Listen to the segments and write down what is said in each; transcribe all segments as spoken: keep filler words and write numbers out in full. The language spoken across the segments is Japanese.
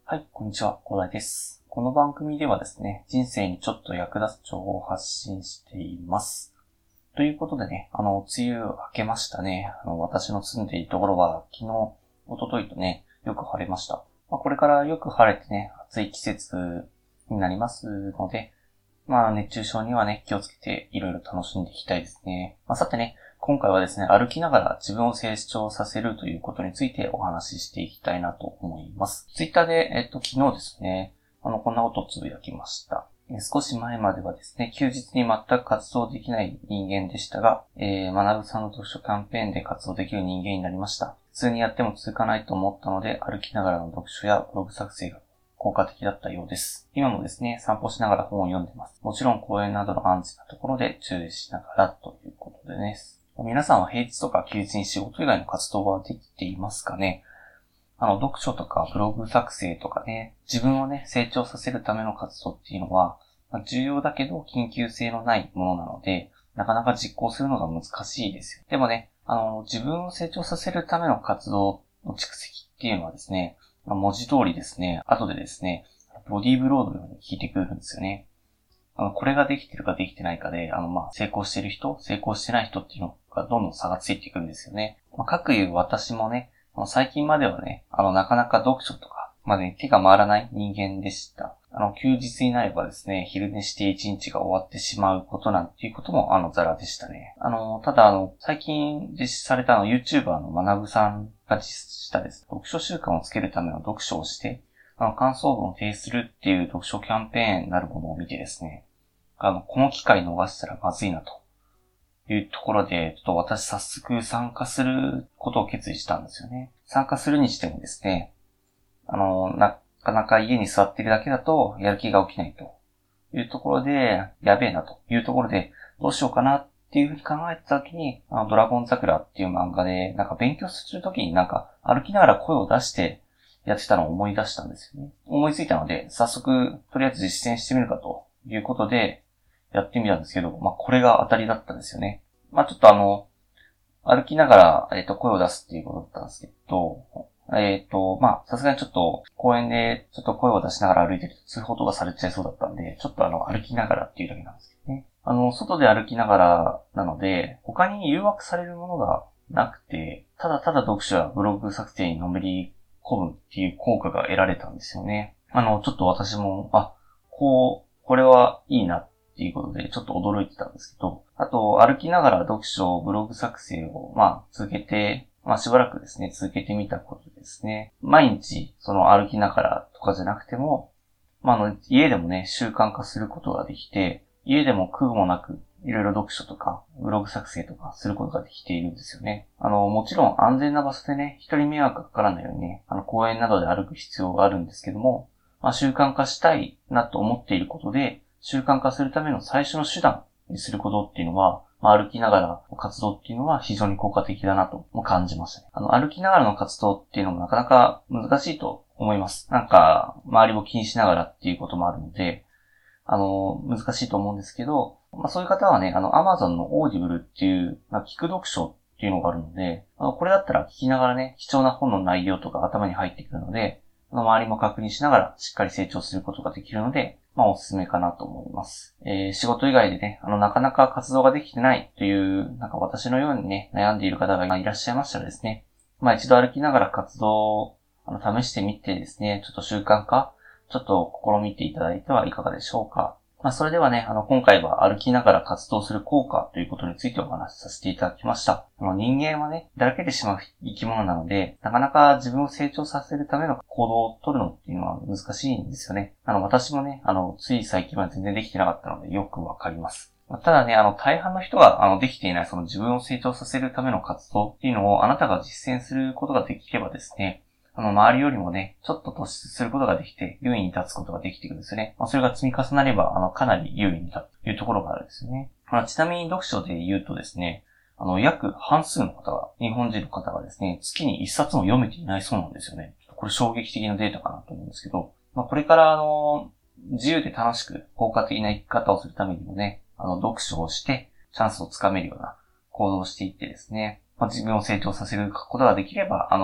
はい、こんにちは、広大です。この番組ではですね、人生にちょっと役立つ情報を発信しています。ということでね、あの、梅雨明けましたね。あの、私の住んでいるところは、昨日、一昨日とね、よく晴れました。まあ、これからよく晴れてね、暑い季節になりますので、まあ、熱中症にはね、気をつけていろいろ楽しんでいきたいですね。まあ、さてね、今回はですね、歩きながら自分を成長させるということについてお話ししていきたいなと思います。ツイッターで、えっと、昨日ですね、あの、こんなことをつぶやきました。少し前まではですね、休日に全く活動できない人間でしたが、えー、学ぶさんの読書キャンペーンで活動できる人間になりました。普通にやっても続かないと思ったので、歩きながらの読書やブログ作成が効果的だったようです。今もですね、散歩しながら本を読んでます。もちろん公園などの安全なところで注意しながらということでね。皆さんは平日とか休日に仕事以外の活動はできていますかね？あの、読書とかブログ作成とかね、自分をね、成長させるための活動っていうのは、まあ、重要だけど緊急性のないものなので、なかなか実行するのが難しいですよ。でもね、あの、自分を成長させるための活動の蓄積っていうのはですね、まあ、文字通りですね、後でですね、ボディーブロードのように効いてくるんですよね。あの、これができてるかできてないかで、あの、まあ、成功してる人、成功してない人っていうのがどんどん差がついていくんですよね。まあ、かくいう私もね、あの最近まではね、あの、なかなか読書とかまで手が回らない人間でした。あの、休日になればですね、昼寝して一日が終わってしまうことなんていうことも、あの、ザラでしたね。あの、ただあの、最近実施されたあの、YouTuber の学さんが実施したです。読書習慣をつけるための読書をして、あの、感想文を提出するっていう読書キャンペーンなるものを見てですね、あの、この機会逃したらまずいなというところで、ちょっと私早速参加することを決意したんですよね。参加するにしてもですね、あの、なかなか家に座っているだけだとやる気が起きないというところで、やべえなというところで、どうしようかなっていうふうに考えてた時に、あのドラゴン桜っていう漫画で、なんか勉強するときになんか歩きながら声を出してやってたのを思い出したんですよね。思いついたので、早速とりあえず実践してみるかということで、やってみたんですけど、まあ、これが当たりだったんですよね。まあ、ちょっとあの、歩きながら、えっと、声を出すっていうことだったんですけど、えっと、まあ、さすがにちょっと、公園で、ちょっと声を出しながら歩いてると通報とかされちゃいそうだったんで、ちょっとあの、歩きながらっていうだけなんですけどね。あの、外で歩きながらなので、他に誘惑されるものがなくて、ただただ読書やブログ作成にのめり込むっていう効果が得られたんですよね。あの、ちょっと私も、あ、こう、これはいいなっていうことで、ちょっと驚いてたんですけど、あと、歩きながら読書、ブログ作成を、まあ、続けて、まあ、しばらくですね、続けてみたことですね。毎日、その歩きながらとかじゃなくても、まあ、あの、家でもね、習慣化することができて、家でも苦もなく、いろいろ読書とか、ブログ作成とかすることができているんですよね。あの、もちろん安全な場所でね、人に迷惑がかからないようにね、あの、公園などで歩く必要があるんですけども、まあ、習慣化したいなと思っていることで、習慣化するための最初の手段にすることっていうのは、まあ、歩きながらの活動っていうのは非常に効果的だなとも感じましたね。あの、歩きながらの活動っていうのもなかなか難しいと思います。なんか、周りを気にしながらっていうこともあるので、あの、難しいと思うんですけど、まあそういう方はね、あの、Amazon の Audible っていう、まあ、聞く読書っていうのがあるので、あの、これだったら聞きながらね、貴重な本の内容とか頭に入ってくるので、周りも確認しながらしっかり成長することができるので、まあおすすめかなと思います。えー、仕事以外でね、あの、なかなか活動ができてないという、なんか私のようにね、悩んでいる方がいらっしゃいましたらですね、まあ一度歩きながら活動をあの試してみてですね、ちょっと習慣化、ちょっと試みていただいてはいかがでしょうか。まあ、それではね、あの、今回は歩きながら活動する効果ということについてお話しさせていただきました。あの、人間はね、だらけてしまう生き物なので、なかなか自分を成長させるための行動を取るのっていうのは難しいんですよね。あの、私もね、あの、つい最近は全然できてなかったのでよくわかります。ただね、あの、大半の人が、あの、できていない、その自分を成長させるための活動っていうのをあなたが実践することができればですね、あの、周りよりもね、ちょっと突出することができて、優位に立つことができてくるんですよね。まあ、それが積み重なれば、あの、かなり優位に立つというところがあるんですよね。まあ、ちなみに読書で言うとですね、あの、約半数の方が、日本人の方がですね、月に一冊も読めていないそうなんですよね。これ衝撃的なデータかなと思うんですけど、まあ、これからあの、自由で楽しく効果的な生き方をするためにもね、あの、読書をして、チャンスをつかめるような行動をしていってですね、まあ、自分を成長させることができれば、あの、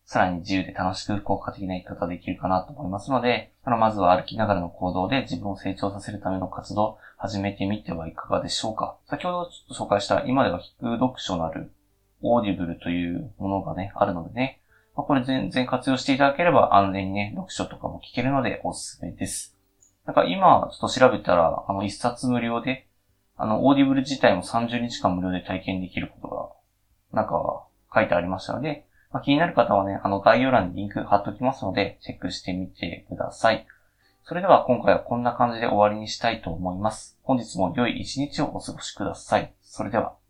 さらに自由で楽しく効果的な生き方ができるかなと思いますので、あの、まずは歩きながらの行動で自分を成長させるための活動を始めてみてはいかがでしょうか。先ほどちょっと紹介した今では聞く読書のあるオーディブルというものがね、あるのでね、まあ、これ全然活用していただければ安全にね、読書とかも聞けるのでおすすめです。なんか今ちょっと調べたら、あの一冊無料で、あのオーディブル自体もさんじゅうにちかん無料で体験できることが、なんか書いてありましたので、まあ、気になる方はね、あの概要欄にリンク貼っておきますので、チェックしてみてください。それでは今回はこんな感じで終わりにしたいと思います。本日も良い一日をお過ごしください。それでは。